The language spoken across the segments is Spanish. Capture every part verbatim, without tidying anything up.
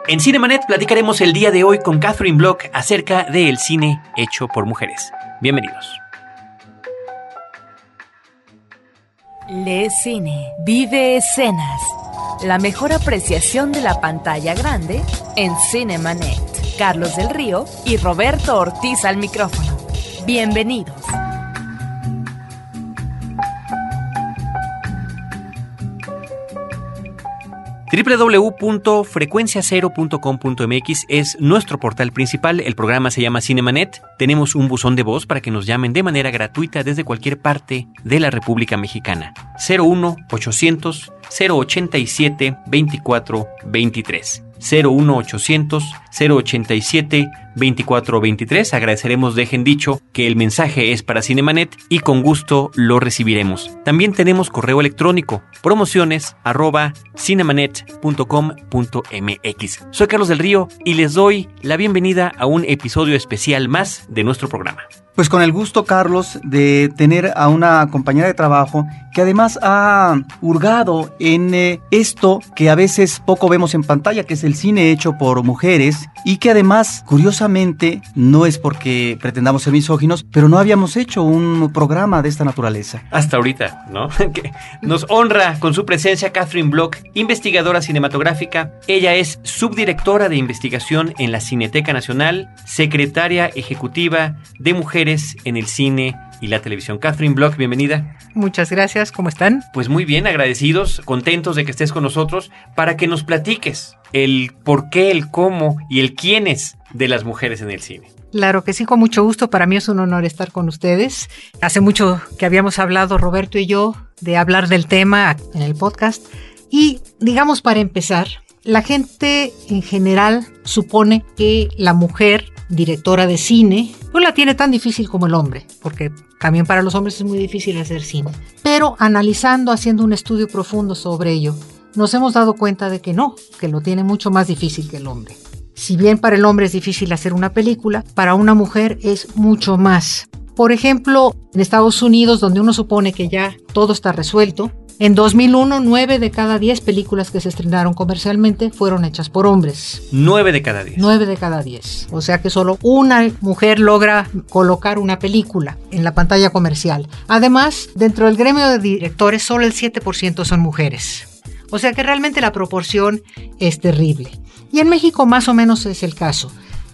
En Cinemanet platicaremos el día de hoy con Catherine Bloch acerca del cine hecho por mujeres. Bienvenidos. Lee cine, vive escenas. La mejor apreciación de la pantalla grande en Cinemanet. Carlos del Río y Roberto Ortiz al micrófono. Bienvenidos. doble u doble u doble u punto frecuencia cero punto com punto m x es nuestro portal principal. El programa se llama Cinemanet. Tenemos un buzón de voz para que nos llamen de manera gratuita desde cualquier parte de la República Mexicana. cero uno ochocientos cero ochenta y siete veinticuatro veintitrés. cero uno ochocientos cero ochenta y siete veinticuatro veintitrés. Agradeceremos dejen dicho que el mensaje es para Cinemanet y con gusto lo recibiremos. También tenemos correo electrónico promociones arroba cinemanet punto com punto m x. Soy Carlos del Río y les doy la bienvenida a un episodio especial más de nuestro programa. Pues con el gusto, Carlos, de tener a una compañera de trabajo que además ha hurgado en eh, esto que a veces poco vemos en pantalla, que es el cine hecho por mujeres, y que además, curiosamente, no es porque pretendamos ser misóginos, pero no habíamos hecho un programa de esta naturaleza. Hasta ahorita, ¿no? Que nos honra con su presencia Catherine Bloch, investigadora cinematográfica. Ella es subdirectora de investigación en la Cineteca Nacional, secretaria ejecutiva de Mujeres en el cine y la televisión. Catherine Bloch, bienvenida. Muchas gracias, ¿cómo están? Pues muy bien, agradecidos, contentos de que estés con nosotros para que nos platiques el por qué, el cómo y el quiénes de las mujeres en el cine. Claro que sí, con mucho gusto. Para mí es un honor estar con ustedes. Hace mucho que habíamos hablado, Roberto y yo, de hablar del tema en el podcast. Y digamos, para empezar, la gente en general supone que la mujer directora de cine no la tiene tan difícil como el hombre, porque también para los hombres es muy difícil hacer cine. Pero analizando, haciendo un estudio profundo sobre ello, nos hemos dado cuenta de que no, que lo tiene mucho más difícil que el hombre. Si bien para el hombre es difícil hacer una película, para una mujer es mucho más. Por ejemplo, en Estados Unidos, donde uno supone que ya todo está resuelto, en dos mil uno, nueve de cada diez películas que se estrenaron comercialmente fueron hechas por hombres. Nueve de cada diez. Nueve de cada diez. O sea que solo una mujer logra colocar una película en la pantalla comercial. Además, dentro del gremio de directores, solo el siete por ciento son mujeres. O sea que realmente la proporción es terrible. Y en México más o menos es el caso.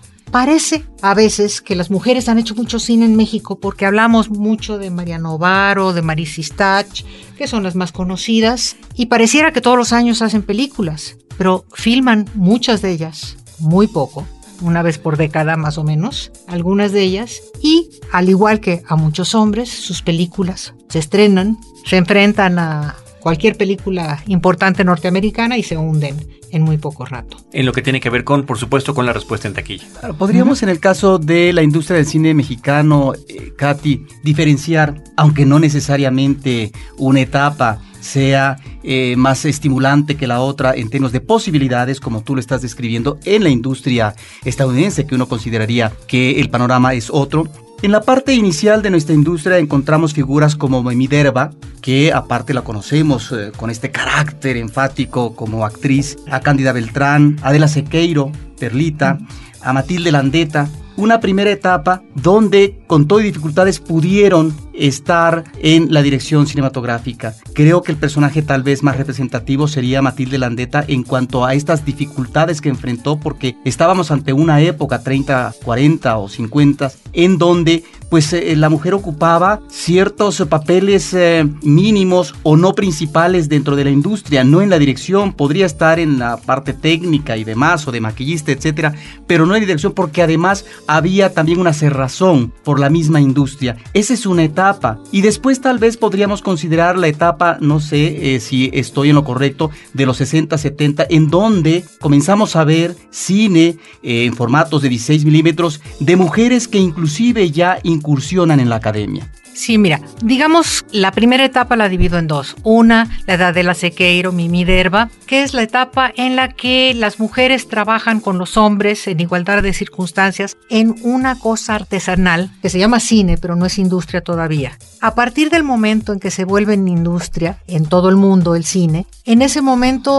Parece a veces que las mujeres han hecho mucho cine en México porque hablamos mucho de María Novaro, de Maris Stach, que son las más conocidas, y pareciera que todos los años hacen películas, pero filman muchas de ellas, muy poco, una vez por década más o menos, algunas de ellas, y al igual que a muchos hombres, sus películas se estrenan, se enfrentan a cualquier película importante norteamericana y se hunden en muy poco rato. En lo que tiene que ver con, por supuesto, con la respuesta en taquilla. Podríamos, uh-huh. en el caso de la industria del cine mexicano, eh, Katy, diferenciar, aunque no necesariamente una etapa sea eh, más estimulante que la otra en términos de posibilidades, como tú lo estás describiendo, en la industria estadounidense, que uno consideraría que el panorama es otro. En la parte inicial de nuestra industria encontramos figuras como Minerva, que aparte la conocemos eh, con este carácter enfático como actriz, a Cándida Beltrán, a Adela Sequeiro, Perlita, a Matilde Landeta. Una primera etapa donde con todo y dificultades pudieron estar en la dirección cinematográfica. Creo que el personaje tal vez más representativo sería Matilde Landeta en cuanto a estas dificultades que enfrentó, porque estábamos ante una época, treinta, cuarenta o cincuenta, en donde pues eh, la mujer ocupaba ciertos papeles eh, mínimos o no principales dentro de la industria, no en la dirección, podría estar en la parte técnica y demás, o de maquillista, etcétera, pero no en dirección, porque además había también una cerrazón por la misma industria. Esa es una etapa, y después tal vez podríamos considerar la etapa, no sé eh, si estoy en lo correcto, de los sesenta, setenta, en donde comenzamos a ver cine eh, en formatos de dieciséis milímetros de mujeres que inclusive ya incursionan en la academia. Sí, mira, digamos, la primera etapa la divido en dos. Una, la de Adela Sequeiro, Mimi Derba, que es la etapa en la que las mujeres trabajan con los hombres en igualdad de circunstancias en una cosa artesanal que se llama cine, pero no es industria todavía. A partir del momento en que se vuelve en industria en todo el mundo el cine, en ese momento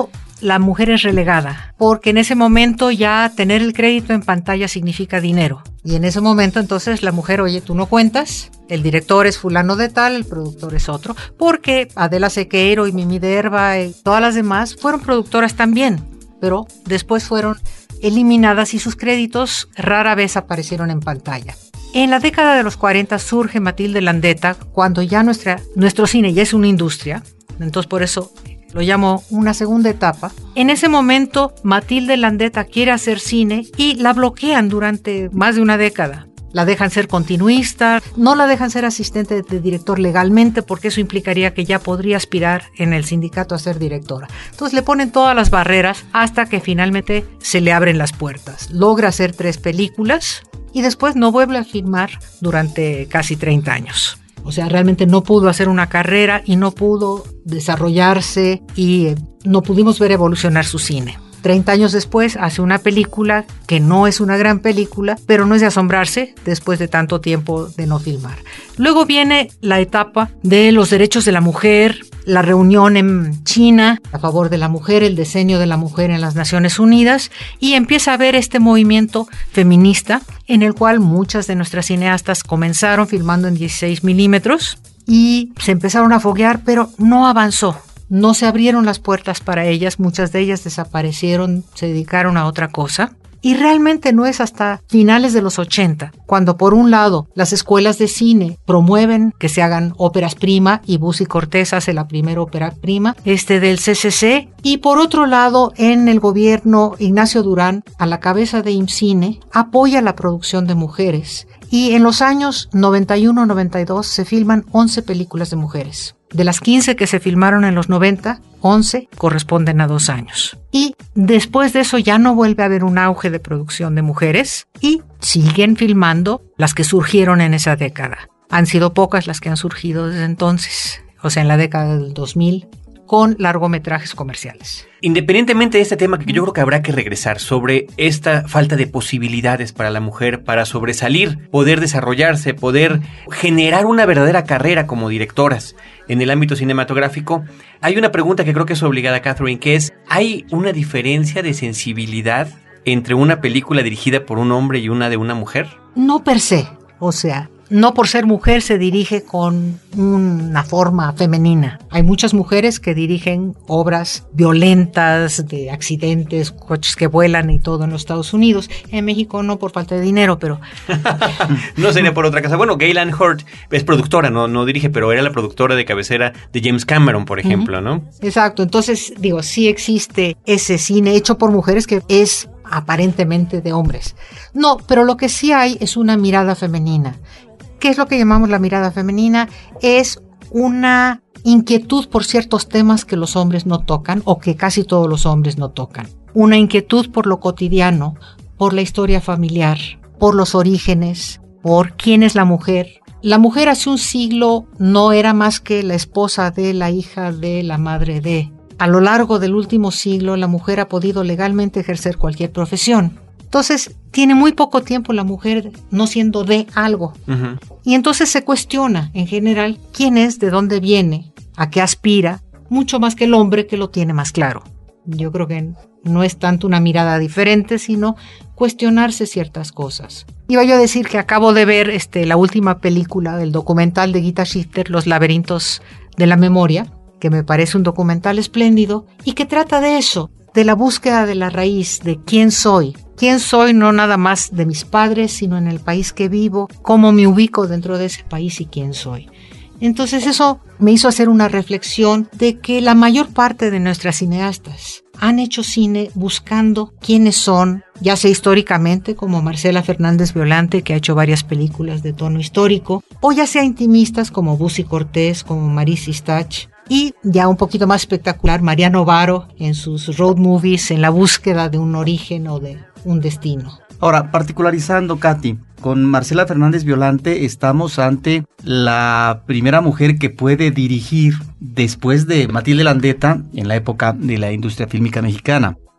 la mujer es relegada, porque en ese momento ya tener el crédito en pantalla significa dinero. Y en ese momento entonces la mujer, oye, tú no cuentas, el director es fulano de tal, el productor es otro, porque Adela Sequeiro y Mimi Derba y todas las demás fueron productoras también, pero después fueron eliminadas y sus créditos rara vez aparecieron en pantalla. En la década de los cuarenta surge Matilde Landeta, cuando ya nuestra, nuestro cine ya es una industria, entonces por eso lo llamo una segunda etapa. En ese momento Matilde Landeta quiere hacer cine y la bloquean durante más de una década. La dejan ser continuista, no la dejan ser asistente de director legalmente porque eso implicaría que ya podría aspirar en el sindicato a ser directora. Entonces le ponen todas las barreras hasta que finalmente se le abren las puertas. Logra hacer tres películas y después no vuelve a filmar durante casi treinta años. O sea, realmente no pudo hacer una carrera y no pudo desarrollarse y eh, no pudimos ver evolucionar su cine. treinta años después hace una película que no es una gran película, pero no es de asombrarse después de tanto tiempo de no filmar. Luego viene la etapa de los derechos de la mujer, la reunión en China a favor de la mujer, el diseño de la mujer en las Naciones Unidas, y empieza a haber este movimiento feminista en el cual muchas de nuestras cineastas comenzaron filmando en dieciséis milímetros y se empezaron a foguear, pero no avanzó. No se abrieron las puertas para ellas, muchas de ellas desaparecieron, se dedicaron a otra cosa. Y realmente no es hasta finales de los ochenta, cuando por un lado las escuelas de cine promueven que se hagan óperas prima, y Bussi Cortés hace la primera ópera prima este del C C C, y por otro lado en el gobierno Ignacio Durán, a la cabeza de IMCINE, apoya la producción de mujeres. Y en los años noventa y uno noventa y dos se filman once películas de mujeres. De las quince que se filmaron en los noventa, once corresponden a dos años. Y después de eso ya no vuelve a haber un auge de producción de mujeres y siguen filmando las que surgieron en esa década. Han sido pocas las que han surgido desde entonces, o sea, en la década del dos mil, con largometrajes comerciales. Independientemente de este tema que yo creo que habrá que regresar sobre esta falta de posibilidades para la mujer para sobresalir, poder desarrollarse, poder generar una verdadera carrera como directoras en el ámbito cinematográfico, hay una pregunta que creo que es obligada, Catherine, que es, ¿hay una diferencia de sensibilidad entre una película dirigida por un hombre y una de una mujer? No per se, o sea, no por ser mujer se dirige con una forma femenina. Hay muchas mujeres que dirigen obras violentas, de accidentes, coches que vuelan y todo en los Estados Unidos. En México no por falta de dinero, pero... no sería por otra cosa. Bueno, Gaylan Hurt es productora, no, no dirige, pero era la productora de cabecera de James Cameron, por ejemplo, uh-huh. ¿no? Exacto. Entonces, digo, sí existe ese cine hecho por mujeres que es aparentemente de hombres. No, pero lo que sí hay es una mirada femenina. ¿Qué es lo que llamamos la mirada femenina? Es una inquietud por ciertos temas que los hombres no tocan o que casi todos los hombres no tocan. Una inquietud por lo cotidiano, por la historia familiar, por los orígenes, por quién es la mujer. La mujer hace un siglo no era más que la esposa de, la hija de, la madre de. A lo largo del último siglo, la mujer ha podido legalmente ejercer cualquier profesión. Entonces, tiene muy poco tiempo la mujer no siendo de algo. Uh-huh. Y entonces se cuestiona, en general, quién es, de dónde viene, a qué aspira, mucho más que el hombre que lo tiene más claro. Yo creo que no es tanto una mirada diferente, sino cuestionarse ciertas cosas. Iba yo a decir que acabo de ver este, la última película, el documental de Gita Shifter, Los laberintos de la memoria, que me parece un documental espléndido y que trata de eso, de la búsqueda de la raíz, de quién soy. Quién soy no nada más de mis padres, sino en el país que vivo, cómo me ubico dentro de ese país y quién soy. Entonces eso me hizo hacer una reflexión de que la mayor parte de nuestras cineastas han hecho cine buscando quiénes son, ya sea históricamente, como Marcela Fernández Violante, que ha hecho varias películas de tono histórico, o ya sea intimistas como Bussi Cortés, como Maris Istach, y ya un poquito más espectacular, Mariano Varo en sus road movies, en la búsqueda de un origen o de un destino. Ahora, particularizando, Katy, con Marcela Fernández Violante estamos ante la primera mujer que puede dirigir después de Matilde Landeta en la época de la industria fílmica mexicana.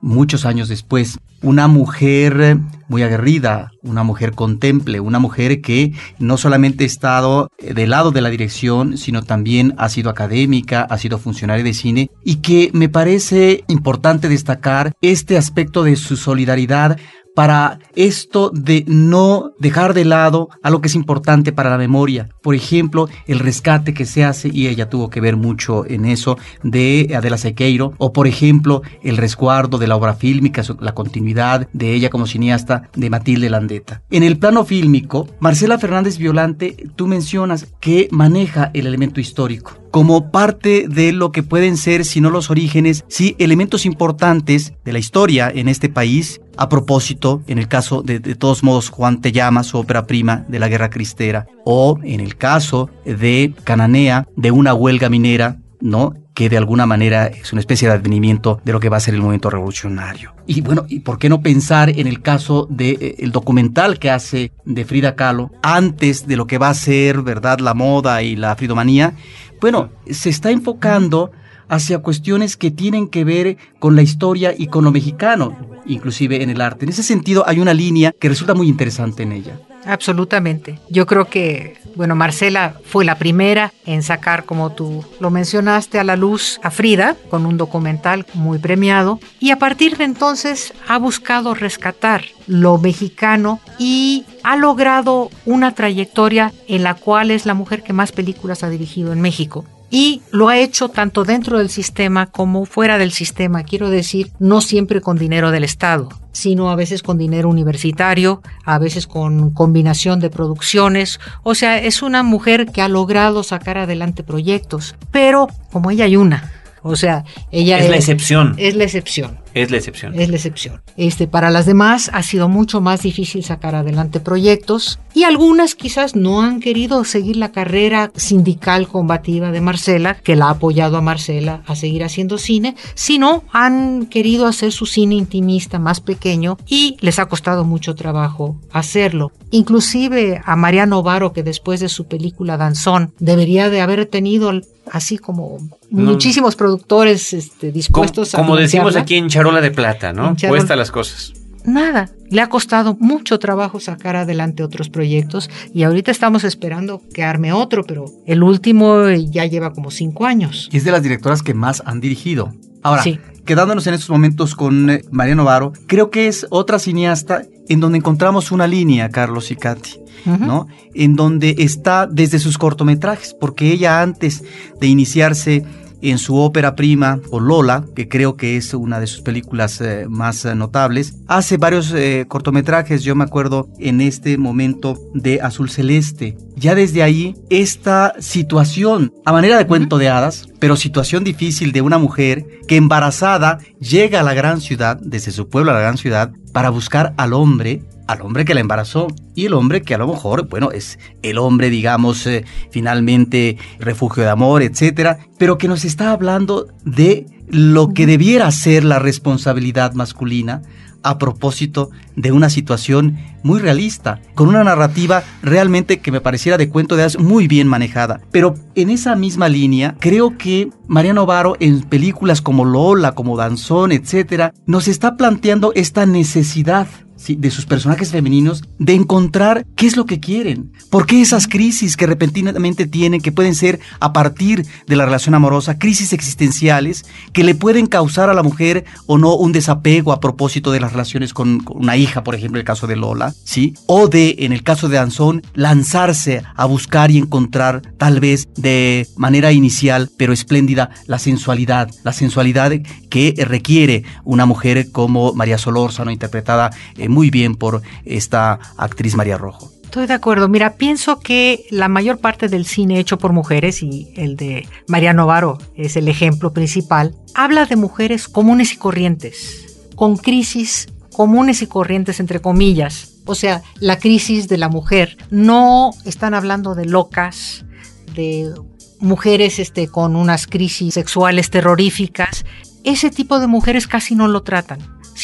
muchos años después. Una mujer muy aguerrida, una mujer contemple, una mujer que no solamente ha estado del lado de la dirección, sino también ha sido académica, ha sido funcionaria de cine, y que me parece importante destacar este aspecto de su solidaridad para esto de no dejar de lado algo que es importante para la memoria. Por ejemplo, el rescate que se hace, y ella tuvo que ver mucho en eso, de Adela Sequeiro, o por ejemplo, el resguardo de la obra fílmica, la continuidad de ella como cineasta, de Matilde Landeta. En el plano fílmico, Marcela Fernández Violante, tú mencionas que maneja el elemento histórico como parte de lo que pueden ser, si no los orígenes, sí elementos importantes de la historia en este país. A propósito, en el caso de, de todos modos, Juan Te Llama, su ópera prima de la Guerra Cristera, o en el caso de Cananea, de una huelga minera, ¿no?, que de alguna manera es una especie de advenimiento de lo que va a ser el movimiento revolucionario. Y bueno, ¿y por qué no pensar en el caso del de, eh, documental que hace de Frida Kahlo, antes de lo que va a ser, ¿verdad?, la moda y la fridomanía? Bueno, se está enfocando hacia cuestiones que tienen que ver con la historia y con lo mexicano, inclusive en el arte. En ese sentido, hay una línea que resulta muy interesante en ella. Absolutamente. Yo creo que, bueno, Marcela fue la primera en sacar, como tú lo mencionaste, a la luz a Frida, con un documental muy premiado, y a partir de entonces ha buscado rescatar lo mexicano y ha logrado una trayectoria en la cual es la mujer que más películas ha dirigido en México. Y lo ha hecho tanto dentro del sistema como fuera del sistema. Quiero decir, no siempre con dinero del Estado, sino a veces con dinero universitario, a veces con combinación de producciones. O sea, es una mujer que ha logrado sacar adelante proyectos, pero como ella hay una. O sea, ella es, es la excepción. Es la excepción. Es la excepción. Es la excepción. Este, para las demás ha sido mucho más difícil sacar adelante proyectos, y algunas quizás no han querido seguir la carrera sindical combativa de Marcela, que la ha apoyado a Marcela a seguir haciendo cine, sino han querido hacer su cine intimista más pequeño y les ha costado mucho trabajo hacerlo. Inclusive a Mariano Varo, que después de su película Danzón debería de haber tenido así como no. muchísimos productores este, dispuestos como, a como decimos aquí en Charola de Plata, ¿no? Charola. Cuesta las cosas. Nada, le ha costado mucho trabajo sacar adelante otros proyectos, y ahorita estamos esperando que arme otro, pero el último ya lleva como cinco años. Y es de las directoras que más han dirigido. Ahora, sí. Quedándonos en estos momentos con eh, Mariano Varo, creo que es otra cineasta en donde encontramos una línea, Carlos y Katy, uh-huh. ¿no? En donde está desde sus cortometrajes, porque ella antes de iniciarse en su ópera prima, o Lola, que creo que es una de sus películas eh, más eh, notables, hace varios eh, cortometrajes. Yo me acuerdo en este momento de Azul Celeste. Ya desde ahí, esta situación, a manera de cuento de hadas, pero situación difícil de una mujer que embarazada llega a la gran ciudad, desde su pueblo a la gran ciudad, para buscar al hombre, al hombre que la embarazó, y el hombre que a lo mejor, bueno, es el hombre, digamos, eh, finalmente refugio de amor, etcétera, pero que nos está hablando de lo que debiera ser la responsabilidad masculina a propósito de una situación muy realista, con una narrativa realmente que me pareciera de cuento de hadas muy bien manejada. Pero en esa misma línea, creo que Mariano Varo, en películas como Lola, como Danzón, etcétera, nos está planteando esta necesidad, ¿sí?, de sus personajes femeninos de encontrar qué es lo que quieren, por qué esas crisis que repentinamente tienen, que pueden ser a partir de la relación amorosa, crisis existenciales que le pueden causar a la mujer o no un desapego a propósito de las relaciones con, con una hija, por ejemplo, en el caso de Lola, ¿sí? O de, en el caso de Danzón, lanzarse a buscar y encontrar, tal vez de manera inicial, pero espléndida, la sensualidad, la sensualidad que requiere una mujer como María Solórzano, interpretada eh, muy bien por esta actriz María Rojo. Estoy de acuerdo. Mira, pienso que la mayor parte del cine hecho por mujeres, y el de Mariano Varo es el ejemplo principal, habla de mujeres comunes y corrientes, con crisis comunes y corrientes, entre comillas. O sea, la crisis de la mujer. No están hablando de locas, de mujeres este, con unas crisis sexuales terroríficas. Ese tipo de mujeres casi no lo tratan,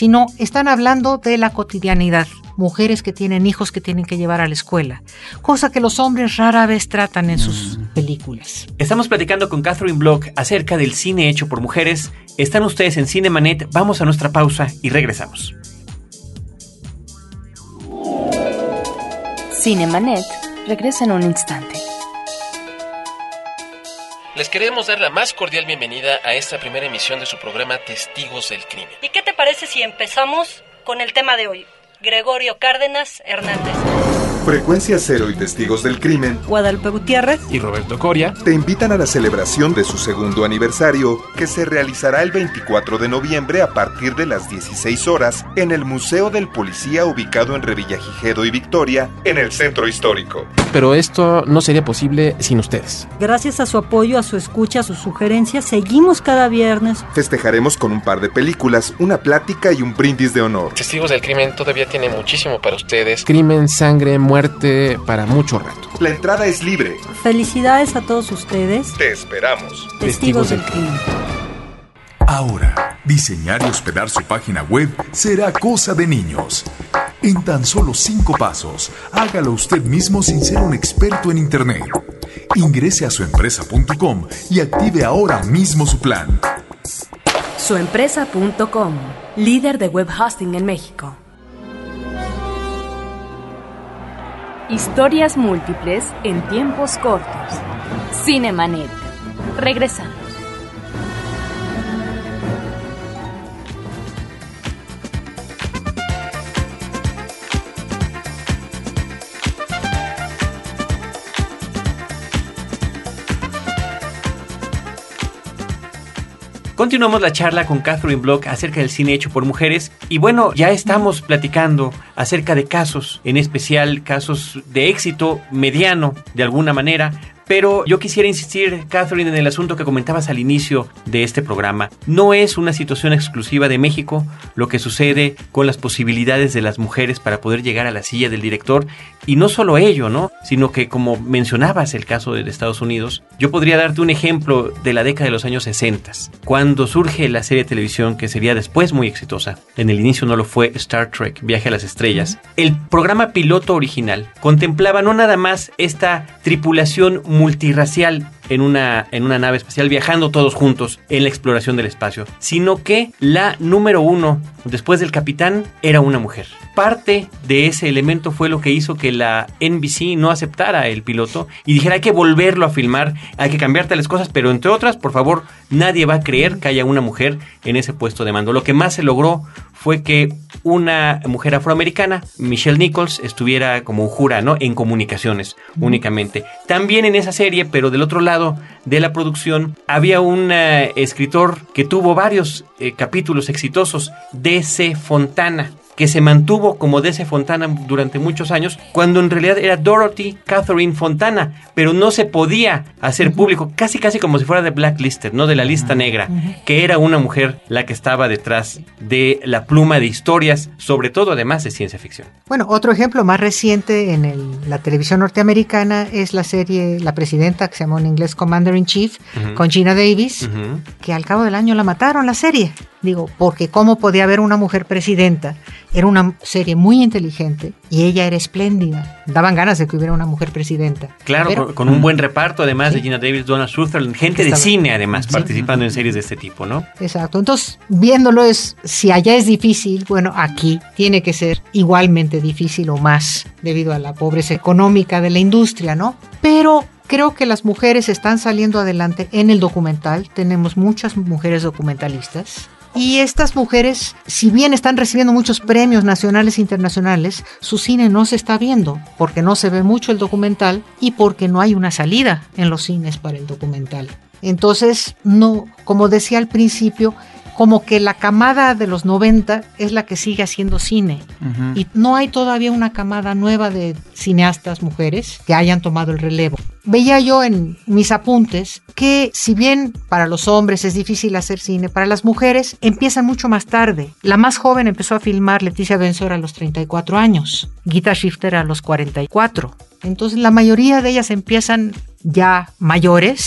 sino están hablando de la cotidianidad. Mujeres que tienen hijos que tienen que llevar a la escuela, cosa que los hombres rara vez tratan en sus mm. películas. Estamos platicando con Catherine Bloch acerca del cine hecho por mujeres. Están ustedes en Cinemanet, vamos a nuestra pausa y regresamos. Cinemanet regresa en un instante. Les queremos dar la más cordial bienvenida a esta primera emisión de su programa Testigos del Crimen. ¿Y qué te parece si empezamos con el tema de hoy? Gregorio Cárdenas Hernández. Frecuencia Cero y Testigos del Crimen, Guadalupe Gutiérrez y Roberto Coria te invitan a la celebración de su segundo aniversario, que se realizará el veinticuatro de noviembre a partir de las dieciséis horas en el Museo del Policía, ubicado en Revillagigedo y Victoria, en el Centro Histórico. Pero esto no sería posible sin ustedes. Gracias a su apoyo, a su escucha, a sus sugerencias, seguimos cada viernes. Festejaremos con un par de películas, una plática y un brindis de honor. Testigos del Crimen todavía tiene muchísimo para ustedes. Crimen, sangre, muerte, para mucho rato. La entrada es libre. Felicidades a todos ustedes. Te esperamos. Testigos del Crimen. Ahora, diseñar y hospedar su página web será cosa de niños. En tan solo cinco pasos, hágalo usted mismo sin ser un experto en Internet. Ingrese a suempresa punto com y active ahora mismo su plan. Suempresa punto com, líder de web hosting en México. Historias múltiples en tiempos cortos. Cinemanet. Regresamos. Continuamos la charla con Catherine Bloch acerca del cine hecho por mujeres y bueno, ya estamos platicando acerca de casos, en especial casos de éxito mediano de alguna manera, pero yo quisiera insistir, Catherine, en el asunto que comentabas al inicio de este programa. No es una situación exclusiva de México lo que sucede con las posibilidades de las mujeres para poder llegar a la silla del director, y no solo ello, ¿no? Sino que, como mencionabas el caso de Estados Unidos, yo podría darte un ejemplo de la década de los años sesenta, cuando surge la serie de televisión que sería después muy exitosa. En el inicio no lo fue, Star Trek, Viaje a las Estrellas. El programa piloto original contemplaba no nada más esta tripulación multirracial en una, en una nave espacial viajando todos juntos en la exploración del espacio, sino que la número uno, después del capitán, era una mujer. Parte de ese elemento fue lo que hizo que la N B C no aceptara el piloto y dijera: hay que volverlo a filmar, hay que cambiar tales cosas, pero entre otras, por favor, nadie va a creer que haya una mujer en ese puesto de mando. Lo que más se logró fue que una mujer afroamericana, Michelle Nichols, estuviera como jura, ¿no?, en comunicaciones únicamente. También en esa serie, pero del otro lado de la producción, había un uh, escritor que tuvo varios eh, capítulos exitosos, D C Fontana, que se mantuvo como D C Fontana durante muchos años, cuando en realidad era Dorothy Catherine Fontana, pero no se podía hacer público, casi casi como si fuera de Blacklisted, ¿no?, de la lista negra, que era una mujer la que estaba detrás de la pluma de historias, sobre todo además de ciencia ficción. Bueno, otro ejemplo más reciente en el, la televisión norteamericana es la serie La Presidenta, que se llamó en inglés Commander in Chief, uh-huh. con Gina Davis, uh-huh. que al cabo del año la mataron la serie. Digo, porque ¿cómo podía haber una mujer presidenta? Era una serie muy inteligente y ella era espléndida. Daban ganas de que hubiera una mujer presidenta. Claro, pero, con, con un buen reparto, además ¿sí? de Gina Davis, Donna Sutherland, gente Estaba, de cine además, ¿sí? participando en series de este tipo, ¿no? Exacto. Entonces, viéndolo, es si allá es difícil, bueno, aquí tiene que ser igualmente difícil o más, debido a la pobreza económica de la industria, ¿no? Pero creo que las mujeres están saliendo adelante en el documental. Tenemos muchas mujeres documentalistas. Y estas mujeres, si bien están recibiendo muchos premios nacionales e internacionales, su cine no se está viendo, porque no se ve mucho el documental y porque no hay una salida en los cines para el documental. Entonces, no, como decía al principio, como que la camada de los noventa es la que sigue haciendo cine. Uh-huh. Y no hay todavía una camada nueva de cineastas mujeres que hayan tomado el relevo. Veía yo en mis apuntes que si bien para los hombres es difícil hacer cine, para las mujeres empiezan mucho más tarde. La más joven empezó a filmar, Leticia Benzor, a los treinta y cuatro años, Gita Shifter a los cuarenta y cuatro. Entonces la mayoría de ellas empiezan ya mayores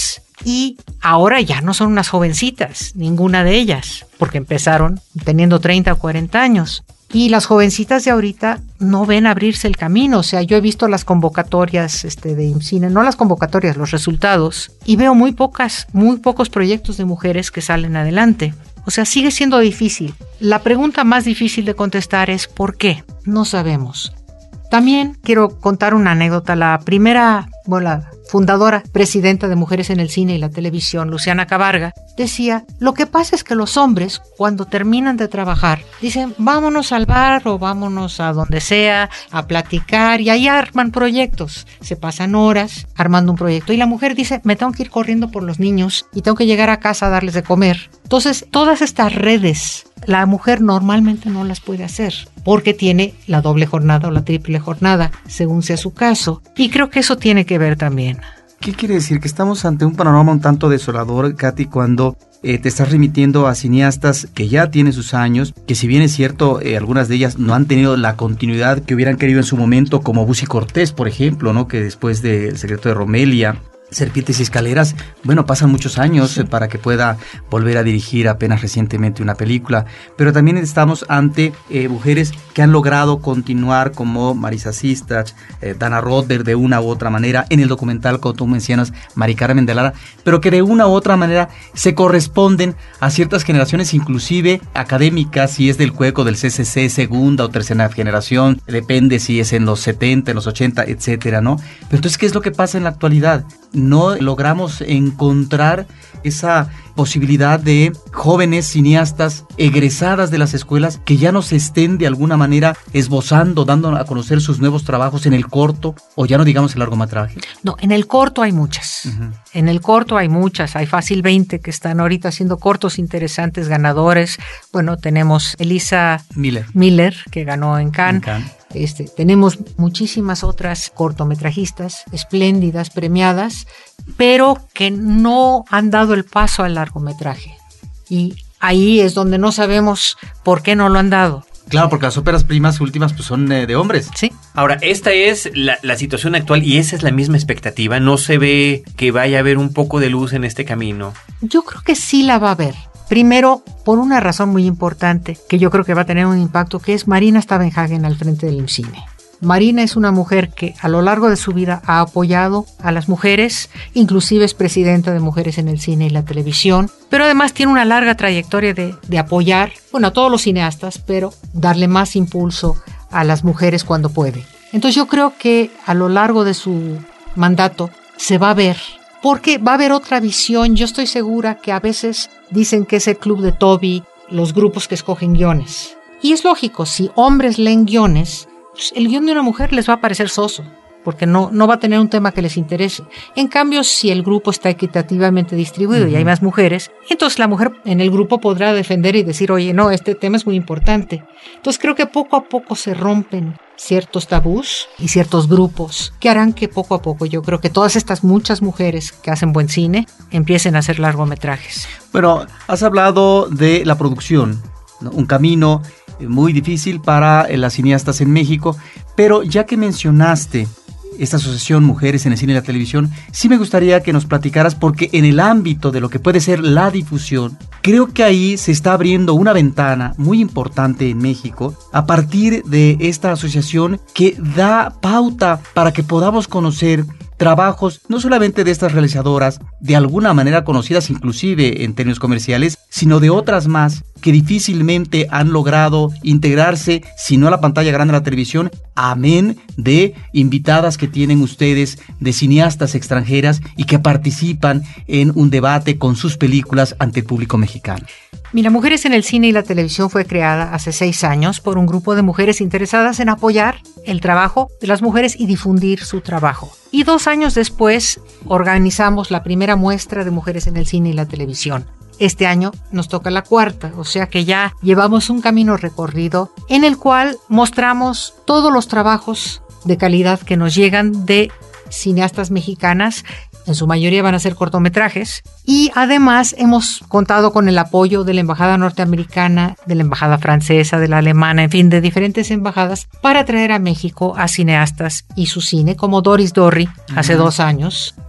y ahora ya no son unas jovencitas, ninguna de ellas, porque empezaron teniendo treinta o cuarenta años. Y las jovencitas de ahorita no ven abrirse el camino. O sea, yo he visto las convocatorias este, de IMCINE, no las convocatorias, los resultados, y veo muy pocas, muy pocos proyectos de mujeres que salen adelante. O sea, sigue siendo difícil. La pregunta más difícil de contestar es ¿por qué? No sabemos. También quiero contar una anécdota. La primera, bueno, la fundadora, presidenta de Mujeres en el Cine y la Televisión, Luciana Cabarga, decía, lo que pasa es que los hombres, cuando terminan de trabajar, dicen, vámonos al bar o vámonos a donde sea, a platicar, y ahí arman proyectos. Se pasan horas armando un proyecto. Y la mujer dice, me tengo que ir corriendo por los niños y tengo que llegar a casa a darles de comer. Entonces, todas estas redes, la mujer normalmente no las puede hacer, porque tiene la doble jornada o la triple jornada, según sea su caso. Y creo que eso tiene que ver también. ¿Qué quiere decir? Que estamos ante un panorama un tanto desolador, Katy, cuando eh, te estás remitiendo a cineastas que ya tienen sus años, que si bien es cierto, eh, algunas de ellas no han tenido la continuidad que hubieran querido en su momento, como Busi Cortés, por ejemplo, ¿no? Que después de El secreto de Romelia, Serpientes y Escaleras, bueno, pasan muchos años sí. para que pueda volver a dirigir apenas recientemente una película, pero también estamos ante eh, mujeres que han logrado continuar, como Marisa Sistach, eh, Dana Roder, de una u otra manera, en el documental, como tú mencionas, Mari Carmen de Lara, pero que de una u otra manera se corresponden a ciertas generaciones, inclusive académicas, si es del cueco del C C C, segunda o tercera generación, depende si es en los setenta, en los ochenta, etcétera, ¿no? Pero entonces, ¿qué es lo que pasa en la actualidad? No logramos encontrar esa posibilidad de jóvenes cineastas egresadas de las escuelas que ya no se estén de alguna manera esbozando, dando a conocer sus nuevos trabajos en el corto o ya no digamos el largometraje. No, en el corto hay muchas. Uh-huh. En el corto hay muchas. Hay fácil veinte que están ahorita haciendo cortos interesantes, ganadores. Bueno, tenemos Elisa Miller, Miller que ganó en Cannes. En Cannes. Este, tenemos muchísimas otras cortometrajistas espléndidas, premiadas, pero que no han dado el paso al largometraje. Y ahí es donde no sabemos por qué no lo han dado. Claro, porque las óperas primas últimas pues son eh, de hombres. Sí. Ahora, esta es la, la situación actual y esa es la misma expectativa. ¿No se ve que vaya a haber un poco de luz en este camino? Yo creo que sí la va a haber. Primero, por una razón muy importante que yo creo que va a tener un impacto, que es Marina Stavenhagen al frente del IMCINE. Marina es una mujer que a lo largo de su vida ha apoyado a las mujeres, inclusive es presidenta de Mujeres en el Cine y la Televisión, pero además tiene una larga trayectoria de, de apoyar, bueno, a todos los cineastas, pero darle más impulso a las mujeres cuando puede. Entonces yo creo que a lo largo de su mandato se va a ver, porque va a haber otra visión. Yo estoy segura que a veces dicen que es el club de Toby, los grupos que escogen guiones. Y es lógico, si hombres leen guiones, pues el guión de una mujer les va a parecer soso, porque no, no va a tener un tema que les interese. En cambio, si el grupo está equitativamente distribuido uh-huh. y hay más mujeres, entonces la mujer en el grupo podrá defender y decir, oye, no, este tema es muy importante. Entonces creo que poco a poco se rompen ciertos tabús y ciertos grupos que harán que poco a poco yo creo que todas estas muchas mujeres que hacen buen cine empiecen a hacer largometrajes. Bueno, has hablado de la producción, ¿no? Un camino muy difícil para las cineastas en México, pero ya que mencionaste esta asociación Mujeres en el Cine y la Televisión, sí me gustaría que nos platicaras, porque en el ámbito de lo que puede ser la difusión, creo que ahí se está abriendo una ventana muy importante en México a partir de esta asociación que da pauta para que podamos conocer trabajos no solamente de estas realizadoras, de alguna manera conocidas inclusive en términos comerciales, sino de otras más que difícilmente han logrado integrarse, si no a la pantalla grande de la televisión, amén de invitadas que tienen ustedes de cineastas extranjeras y que participan en un debate con sus películas ante el público mexicano. Mira, Mujeres en el Cine y la Televisión fue creada hace seis años por un grupo de mujeres interesadas en apoyar el trabajo de las mujeres y difundir su trabajo. Y dos años después organizamos la primera muestra de Mujeres en el Cine y la Televisión. Este año nos toca la cuarta, o sea que ya llevamos un camino recorrido en el cual mostramos todos los trabajos de calidad que nos llegan de cineastas mexicanas. En su mayoría van a ser cortometrajes, y además hemos contado con el apoyo de la embajada norteamericana, de la embajada francesa, de la alemana, en fin, de diferentes embajadas para traer a México a cineastas y su cine, como Doris Dorry hace uh-huh. dos años,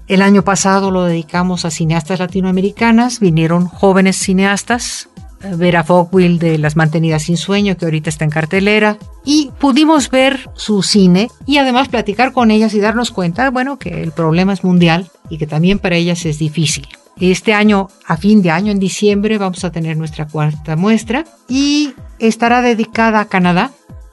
El año pasado lo dedicamos a cineastas latinoamericanas, vinieron jóvenes cineastas, Vera Fogwill de Las Mantenidas sin Sueño, que ahorita está en cartelera, y pudimos ver su cine y además platicar con ellas y darnos cuenta, bueno, que el problema es mundial y que también para ellas es difícil. Este año, a fin de año, en diciembre, vamos a tener nuestra cuarta muestra y estará dedicada a Canadá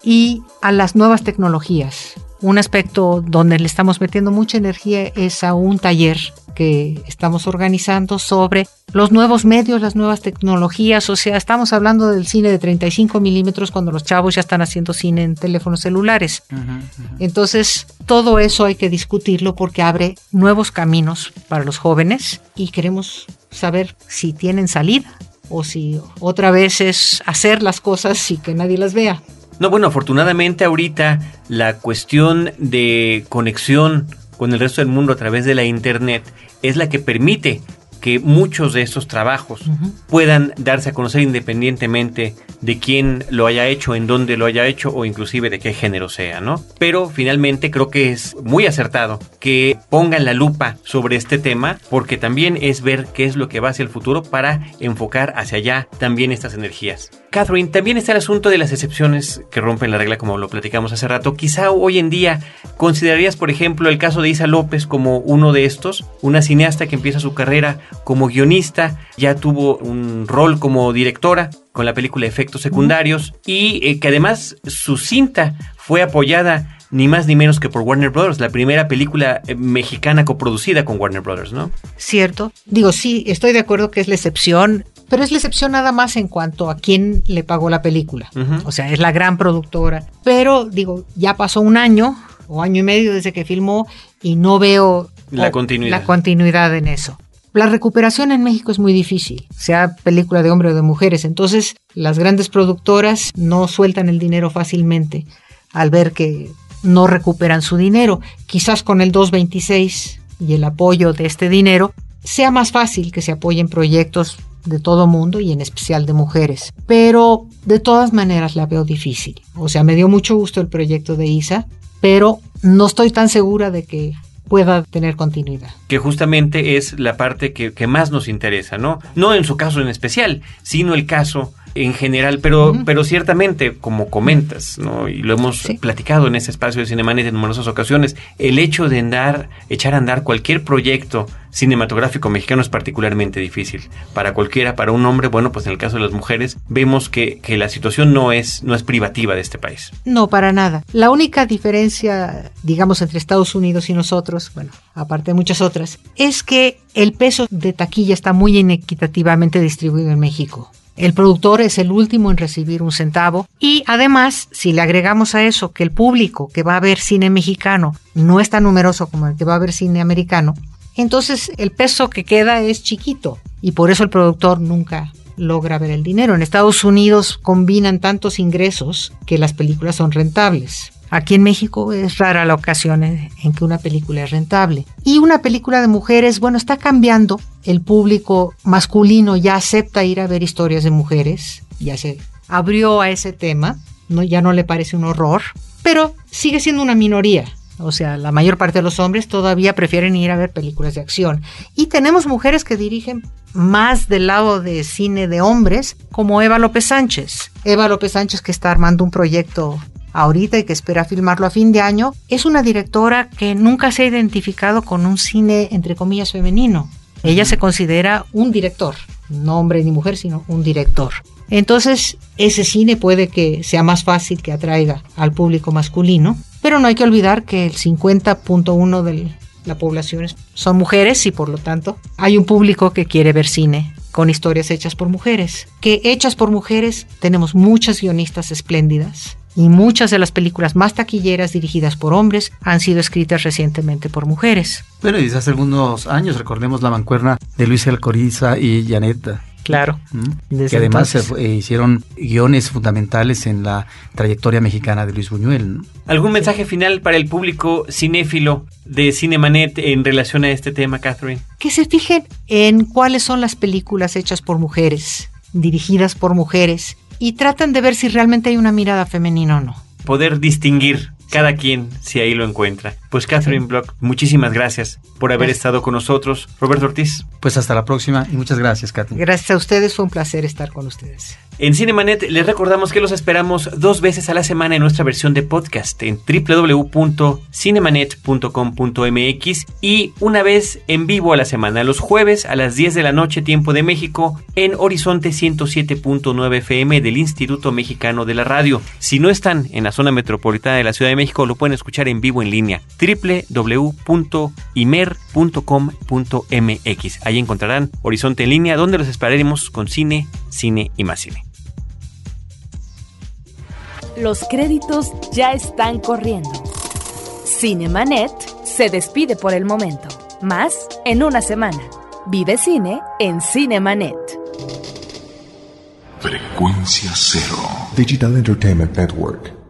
y a las nuevas tecnologías. Un aspecto donde le estamos metiendo mucha energía es a un taller que estamos organizando sobre los nuevos medios, las nuevas tecnologías. O sea, estamos hablando del cine de treinta y cinco milímetros cuando los chavos ya están haciendo cine en teléfonos celulares. Uh-huh, uh-huh. Entonces, todo eso hay que discutirlo porque abre nuevos caminos para los jóvenes y queremos saber si tienen salida o si otra vez es hacer las cosas y que nadie las vea. No, bueno, afortunadamente ahorita la cuestión de conexión con el resto del mundo a través de la internet es la que permite que muchos de estos trabajos uh-huh. puedan darse a conocer independientemente de quién lo haya hecho, en dónde lo haya hecho o inclusive de qué género sea, ¿no? Pero finalmente creo que es muy acertado que pongan la lupa sobre este tema porque también es ver qué es lo que va hacia el futuro para enfocar hacia allá también estas energías. Catherine, también está el asunto de las excepciones que rompen la regla, como lo platicamos hace rato. Quizá hoy en día considerarías, por ejemplo, el caso de Isa López como uno de estos, una cineasta que empieza su carrera como guionista, ya tuvo un rol como directora con la película Efectos Secundarios y eh, que además su cinta fue apoyada ni más ni menos que por Warner Brothers, la primera película eh, mexicana coproducida con Warner Brothers, ¿no? Cierto. Digo, sí, estoy de acuerdo que es la excepción, pero es la excepción nada más en cuanto a quién le pagó la película. Uh-huh. O sea, es la gran productora. Pero, digo, ya pasó un año o año y medio desde que filmó y no veo la continuidad. la continuidad en eso. La recuperación en México es muy difícil, sea película de hombre o de mujeres. Entonces, las grandes productoras no sueltan el dinero fácilmente al ver que no recuperan su dinero. Quizás con el doscientos veintiséis y el apoyo de este dinero sea más fácil que se apoyen proyectos de todo mundo y en especial de mujeres. Pero de todas maneras la veo difícil. O sea, me dio mucho gusto el proyecto de Isa, pero no estoy tan segura de que pueda tener continuidad. Que justamente es la parte que, que más nos interesa, ¿no? No en su caso en especial, sino el caso en general, pero, uh-huh. pero ciertamente, como comentas, ¿no? Y lo hemos sí. platicado en este espacio de Cinemanet en numerosas ocasiones, el hecho de andar, echar a andar cualquier proyecto cinematográfico mexicano es particularmente difícil. Para cualquiera, para un hombre, bueno, pues en el caso de las mujeres, vemos que, que la situación no es, no es privativa de este país. No, para nada. La única diferencia, digamos, entre Estados Unidos y nosotros, bueno, aparte de muchas otras, es que el peso de taquilla está muy inequitativamente distribuido en México. El productor es el último en recibir un centavo y además, si le agregamos a eso que el público que va a ver cine mexicano no es tan numeroso como el que va a ver cine americano, entonces el peso que queda es chiquito y por eso el productor nunca logra ver el dinero. En Estados Unidos combinan tantos ingresos que las películas son rentables. Aquí en México es rara la ocasión en, en que una película es rentable. Y una película de mujeres, bueno, está cambiando. El público masculino ya acepta ir a ver historias de mujeres, ya se abrió a ese tema, ¿no? Ya no le parece un horror, pero sigue siendo una minoría. O sea, la mayor parte de los hombres todavía prefieren ir a ver películas de acción. Y tenemos mujeres que dirigen más del lado de cine de hombres, como Eva López Sánchez. Eva López Sánchez, que está armando un proyecto ahorita y que espera filmarlo a fin de año, es una directora que nunca se ha identificado con un cine, entre comillas, femenino. Ella se considera un director, no hombre ni mujer, sino un director. Entonces, ese cine puede que sea más fácil que atraiga al público masculino, pero no hay que olvidar que el cincuenta punto uno de la población son mujeres y por lo tanto hay un público que quiere ver cine con historias hechas por mujeres. Que hechas por mujeres tenemos muchas guionistas espléndidas y muchas de las películas más taquilleras dirigidas por hombres han sido escritas recientemente por mujeres. Bueno, y desde hace algunos años recordemos la mancuerna de Luis Alcoriza y Janeta. Claro. ¿Mm? Que además se, eh, hicieron guiones fundamentales en la trayectoria mexicana de Luis Buñuel, ¿no? ¿Algún mensaje final para el público cinéfilo de Cinemanet en relación a este tema, Catherine? Que se fijen en cuáles son las películas hechas por mujeres, dirigidas por mujeres, y tratan de ver si realmente hay una mirada femenina o no. Poder distinguir cada quien si ahí lo encuentra. Pues Catherine Bloch, muchísimas gracias por haber gracias. estado con nosotros. Roberto Ortiz. Pues hasta la próxima y muchas gracias, Katy. Gracias a ustedes, fue un placer estar con ustedes. En Cinemanet les recordamos que los esperamos dos veces a la semana en nuestra versión de podcast en doble u doble u doble u punto cinemanet punto com punto m x y una vez en vivo a la semana, los jueves a las diez de la noche, tiempo de México, en Horizonte ciento siete punto nueve F M del Instituto Mexicano de la Radio. Si no están en la zona metropolitana de la Ciudad de México, lo pueden escuchar en vivo en línea, doble u doble u doble u punto imer punto com punto m x. Ahí encontrarán Horizonte en línea, donde los esperaremos con cine, cine y más cine. Los créditos ya están corriendo. Cinemanet se despide por el momento. Más en una semana. Vive cine en Cinemanet. Frecuencia Cero. Digital Entertainment Network.